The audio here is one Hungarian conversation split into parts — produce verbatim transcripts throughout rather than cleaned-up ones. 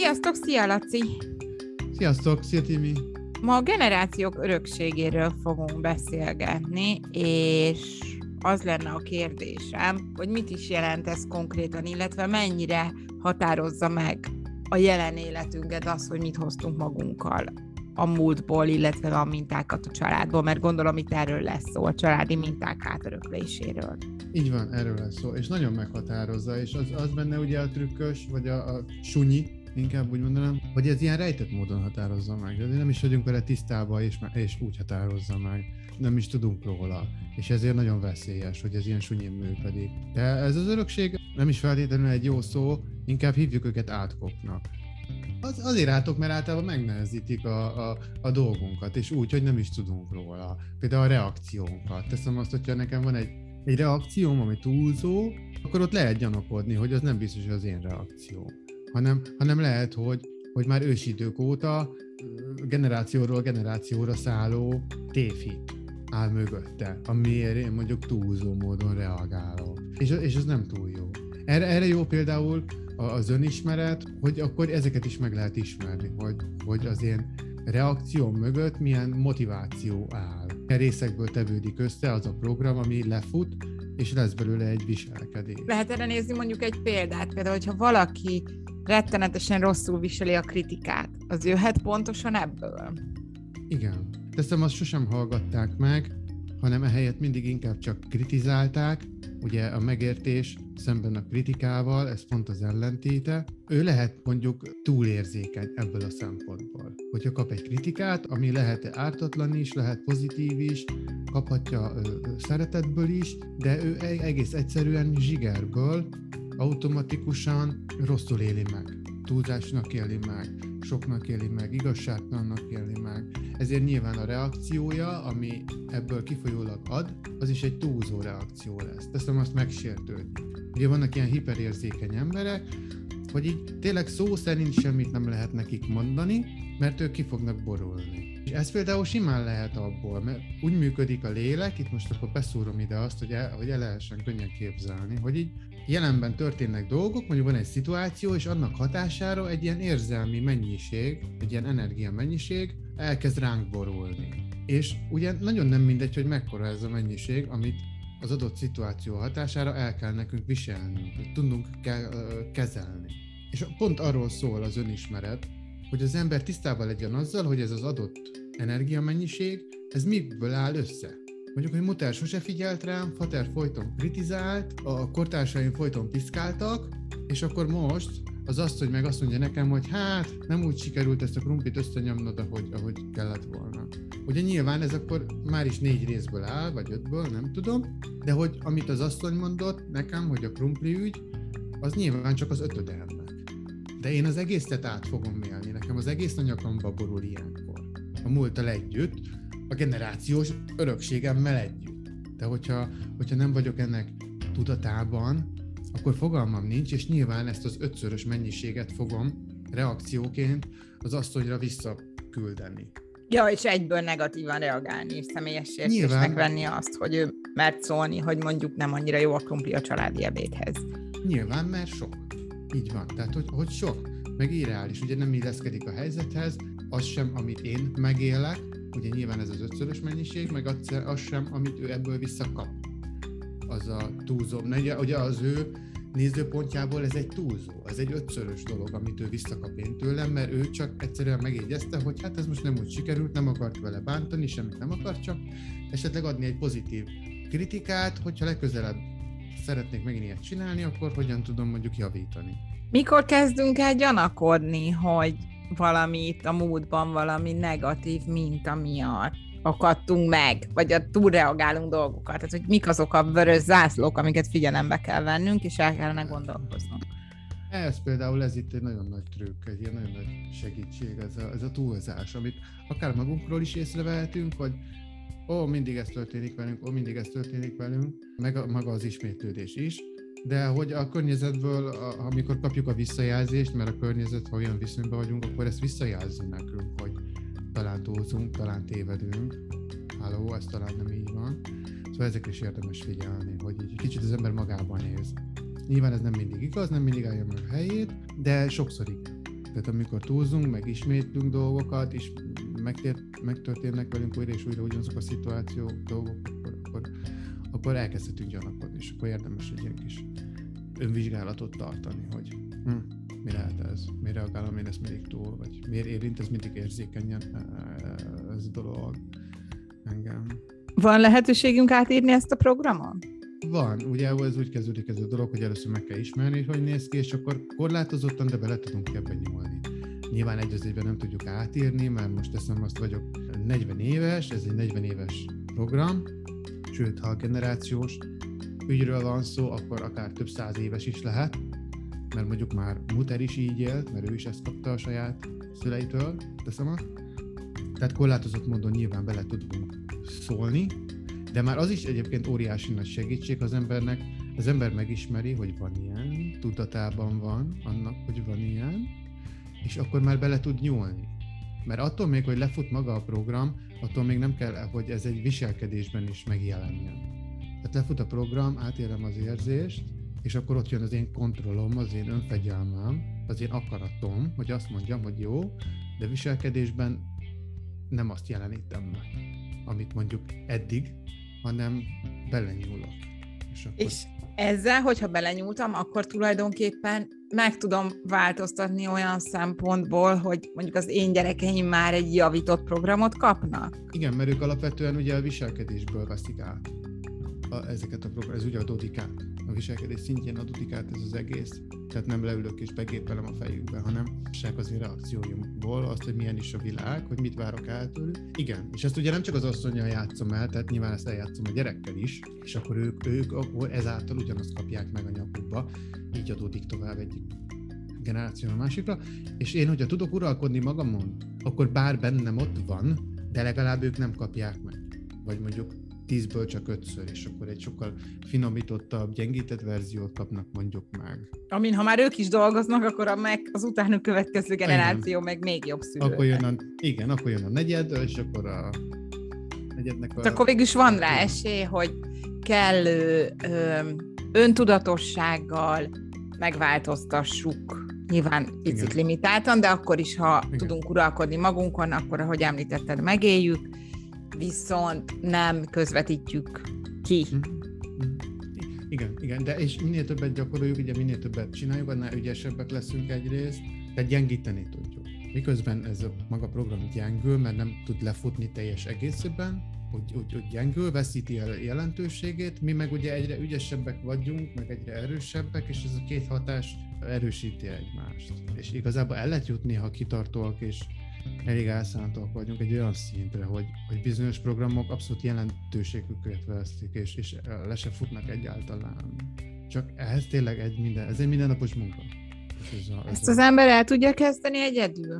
Sziasztok, szia Laci! Sziasztok, szia Timi! Ma a generációk örökségéről fogunk beszélgetni, és az lenne a kérdésem, hogy mit is jelent ez konkrétan, illetve mennyire határozza meg a jelen életünket az, hogy mit hoztunk magunkkal a múltból, illetve a mintákat a családból, mert gondolom itt erről lesz szó, a családi minták átörökléséről. Így van, erről lesz szó, és nagyon meghatározza, és az, az benne ugye a trükkös, vagy a, a sunyi, inkább úgy mondanám, hogy ez ilyen rejtett módon határozza meg, de nem is vagyunk vele tisztában, és, és úgy határozza meg, nem is tudunk róla, és ezért nagyon veszélyes, hogy ez ilyen sunyin működik. De ez az örökség nem is feltétlenül egy jó szó, inkább hívjuk őket átkoknak. Az, azért átok, mert általában megnehezítik a, a, a dolgunkat, és úgy, hogy nem is tudunk róla. Például a reakciónkat. Teszem azt, hogyha nekem van egy, egy reakcióm, ami túlzó, akkor ott lehet gyanakodni, hogy az nem biztos, hogy az én reakció. Hanem, hanem lehet, hogy, hogy már ősidők óta generációról generációra szálló tévhit áll mögötte, amiért én mondjuk túlzó módon reagálok. És, és ez nem túl jó. Erre, erre jó például az önismeret, hogy akkor ezeket is meg lehet ismerni, hogy, hogy az én reakcióm mögött milyen motiváció áll. Milyen részekből tevődik össze az a program, ami lefut, és lesz belőle egy viselkedés. Lehet erre nézni mondjuk egy példát, például, hogyha valaki rettenetesen rosszul viseli a kritikát, az jöhet pontosan ebből? Igen. Teszem, azt sosem hallgatták meg, hanem ehelyett mindig inkább csak kritizálták, ugye a megértés szemben a kritikával, ez pont az ellentéte. Ő lehet mondjuk túlérzékeny ebből a szempontból. Hogyha kap egy kritikát, ami lehet ártatlan is, lehet pozitív is, kaphatja ö, szeretetből is, de ő egész egyszerűen zsigerből automatikusan rosszul éli meg. Túlzásnak éli meg, soknak éli meg, igazságtalannak éli meg. Ezért nyilván a reakciója, ami ebből kifolyólag ad, az is egy túlzó reakció lesz. Teszem, azt megsértődik. Ugye vannak ilyen hiperérzékeny emberek, hogy így tényleg szó szerint semmit nem lehet nekik mondani, mert ők ki fognak borulni. És ez például simán lehet abból, mert úgy működik a lélek, itt most akkor beszúrom ide azt, hogy el, hogy el lehessen könnyen képzelni, hogy így jelenben történnek dolgok, mondjuk van egy szituáció, és annak hatására egy ilyen érzelmi mennyiség, egy ilyen energia mennyiség elkezd ránk borulni. És ugye nagyon nem mindegy, hogy mekkora ez a mennyiség, amit az adott szituáció hatására el kell nekünk viselnünk, hogy tudnunk ke- kezelni. És pont arról szól az önismeret, hogy az ember tisztában legyen azzal, hogy ez az adott energiamennyiség, ez miből áll össze. Mondjuk, hogy Muter sose figyelt rám, Fater folyton kritizált, a kortársaim folyton piszkáltak, és akkor most az azt, hogy meg azt mondja nekem, hogy hát nem úgy sikerült ezt a krumplit összenyomnod, ahogy, ahogy kellett volna. Ugye nyilván ez akkor már is négy részből áll, vagy ötből, nem tudom, de hogy amit az asszony mondott nekem, hogy a krumpli ügy, az nyilván csak az ötöde ennek. De én az egészet át fogom élni, nekem az egész a nyakamba borul ilyenkor. A múlttal együtt, a generációs örökségemmel együtt. De hogyha, hogyha nem vagyok ennek tudatában, akkor fogalmam nincs, és nyilván ezt az ötszörös mennyiséget fogom reakcióként az asszonyra visszaküldeni. Ja, és egyből negatívan reagálni, és személyes sértésnek venni azt, hogy ő mert szólni, hogy mondjuk nem annyira jó a krumpli a családi ebédhez. Nyilván, mert sok. Így van. Tehát, hogy, hogy sok, meg irreális. Ugye nem illeszkedik a helyzethez, az sem, amit én megélek, ugye nyilván ez az ötszörös mennyiség, meg az sem, amit ő ebből visszakap. Az a túlzó. Ugye, ugye az ő nézőpontjából ez egy túlzó, ez egy ötszörös dolog, amit ő visszakap én tőlem, mert ő csak egyszerűen megjegyezte, hogy hát ez most nem úgy sikerült, nem akart vele bántani, semmit nem akart, csak esetleg adni egy pozitív kritikát, hogyha legközelebb szeretnék megint ilyet csinálni, akkor hogyan tudom mondjuk javítani. Mikor kezdünk el gyanakodni, hogy valami itt a múltban valami negatív minta miatt akadtunk meg, vagy a túlreagálunk dolgokat, tehát hogy mik azok a vörös zászlók, amiket figyelembe kell vennünk, és el kellene gondolkoznunk. Ez például, ez itt egy nagyon nagy trükk, egy ilyen nagyon nagy segítség, ez a, ez a túlzás, amit akár magunkról is észrevehetünk, hogy ó, mindig ez történik velünk, ó, mindig ez történik velünk, meg a, maga az ismétlődés is, de hogy a környezetből, a, amikor kapjuk a visszajelzést, mert a környezet, ha olyan viszonyban vagyunk, akkor ezt visszajelzi nekünk, hogy talán túlzunk, talán tévedünk, háló, ez talán nem így van. Szóval ezekre is érdemes figyelni, hogy így kicsit az ember magában néz. Nyilván ez nem mindig igaz, nem mindig állja meg a helyét, de sokszor igen. Tehát amikor túlzunk, meg ismétlünk dolgokat, és megtért, megtörténnek velünk újra és újra ugyanazok a szituációk, dolgok, akkor, akkor, akkor elkezdhetünk gyanakodni, és akkor érdemes egy ilyen kis önvizsgálatot tartani, hogy hm, mi lehet ez, miért reagálom én ezt mindig túl, vagy miért érint ez mindig érzékenyen ez a dolog engem. Van lehetőségünk átírni ezt a programon? Van, ugye ez úgy kezdődik ez a dolog, hogy először meg kell ismerni, hogy néz ki, és akkor korlátozottan, de bele tudunk ebben nyúlni. Nyilván egy az egyben nem tudjuk átírni, mert most teszem azt, vagyok negyven éves, ez egy negyven éves program, sőt, ha a generációs ügyről van szó, akkor akár több száz éves is lehet, mert mondjuk már Muter is így élt, mert ő is ezt kapta a saját szüleitől, teszem azt. Tehát korlátozott módon nyilván bele tudunk szólni, de már az is egyébként óriási nagy segítség az embernek, az ember megismeri, hogy van ilyen, tudatában van annak, hogy van ilyen, és akkor már bele tud nyúlni. Mert attól még, hogy lefut maga a program, attól még nem kell, hogy ez egy viselkedésben is megjelenjen. Tehát lefut a program, átélem az érzést, és akkor ott jön az én kontrollom, az én önfegyelmem, az én akaratom, hogy azt mondjam, hogy jó, de viselkedésben nem azt jelenítem meg, amit mondjuk eddig, hanem belenyúlok. És, akkor... és ezzel, hogyha belenyúltam, akkor tulajdonképpen meg tudom változtatni olyan szempontból, hogy mondjuk az én gyerekeim már egy javított programot kapnak? Igen, mert ők alapvetően ugye a viselkedésből veszik át a, ezeket a programokat, ez ugye adódik át. A viselkedés szintjén adódik át ez az egész. Tehát nem leülök és begépelem a fejükbe, hanem sák az én reakcióimból azt, hogy milyen is a világ, hogy mit várok el tőlük. Igen, és ezt ugye nem csak az asszonnyal játszom el, tehát nyilván ezt eljátszom a gyerekkel is, és akkor ők, ők akkor ezáltal ugyanazt kapják meg a nyakukba, így adódik tovább egyik generáció a másikra, és én, hogyha tudok uralkodni magamon, akkor bár bennem ott van, de legalább ők nem kapják meg. Vagy mondjuk tízből csak ötször, és akkor egy sokkal finomítottabb, gyengített verziót kapnak mondjuk meg. Amin, ha már ők is dolgoznak, akkor a meg az utánuk következő generáció igen. meg még jobb szülő. Akkor jön a, igen, akkor jön a negyed, és akkor a negyednek a... De akkor végülis van rá esély, hogy kellő ö, öntudatossággal megváltoztassuk. Nyilván picit limitáltan, de akkor is, ha igen. tudunk uralkodni magunkon, akkor, ahogy említetted, megéljük, viszont nem közvetítjük ki. Igen, igen, de és minél többet gyakoroljuk, ugye minél többet csináljuk, annál ügyesebbek leszünk egyrészt, tehát gyengíteni tudjuk. Miközben ez a maga program gyengül, mert nem tud lefutni teljes egészében, úgy, úgy, úgy gyengül, veszíti el jelentőségét, mi meg ugye egyre ügyesebbek vagyunk, meg egyre erősebbek, és ez a két hatás erősíti egymást. És igazából el lehet jutni, ha kitartóak és elég elszántóak vagyunk egy olyan szintre, hogy, hogy bizonyos programok abszolút jelentőségüket vesztik, és, és le se futnak egyáltalán. Csak ehhez tényleg egy minden, ez egy mindennapos munka. Ez a, ez Ezt az a... ember el tudja kezdeni egyedül?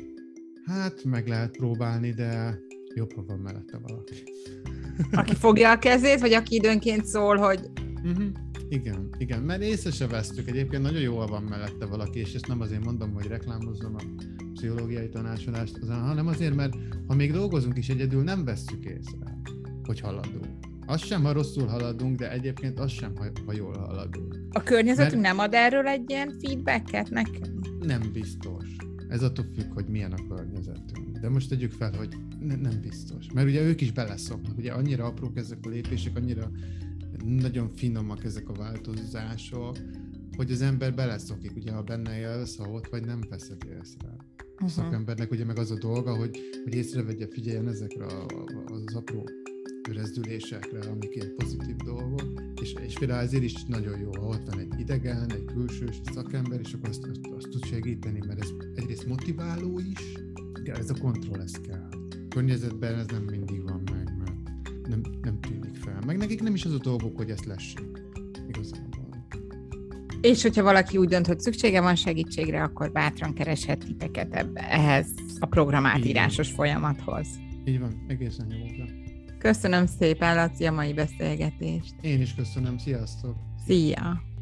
Hát meg lehet próbálni, de jobb, ha van mellette valaki. Aki fogja a kezét, vagy aki időnként szól, hogy... Uh-huh. Igen, igen, mert észre se vesztük. Egyébként nagyon jól van mellette valaki, és ezt nem azért mondom, hogy reklámozzam a pszichológiai tanácsadást, hanem azért, mert ha még dolgozunk is egyedül, nem vesszük észre, hogy haladunk. Az sem, ha rosszul haladunk, de egyébként az sem, ha, ha jól haladunk. A környezetünk mert... nem ad erről egy ilyen feedbacket nekem? Nem biztos. Ez attól függ, hogy milyen a környezetünk. De most tegyük fel, hogy ne, nem biztos. Mert ugye ők is beleszoknak. Ugye annyira aprók ezek a lépések, annyira nagyon finomak ezek a változások, hogy az ember beleszokik, ugye ha benne élsz, ha ott vagy, nem veszed észre. Uh-huh. A szakembernek ugye meg az a dolga, hogy, hogy észrevegye, figyeljen ezekre az apró rezdülésekre, amik ilyen pozitív dolgok, és, és például ezért is nagyon jó, ha ott van egy idegen, egy külsős szakember, és akkor azt, azt, azt tud segíteni, mert ez egyrészt motiváló is, ez a kontroll, ez kell. A környezetben ez nem mindig van meg, mert nem, nem tűnik fel. Meg nekik nem is az a dolgok, hogy ezt lessék. Igazából. És hogyha valaki úgy dönt, hogy szüksége van segítségre, akkor bátran kereshet titeket ebbe, ehhez a programátírásos folyamathoz. Így van, egészen nyugodtan. Köszönöm szépen, Laci, a mai beszélgetést. Én is köszönöm, sziasztok! Szia!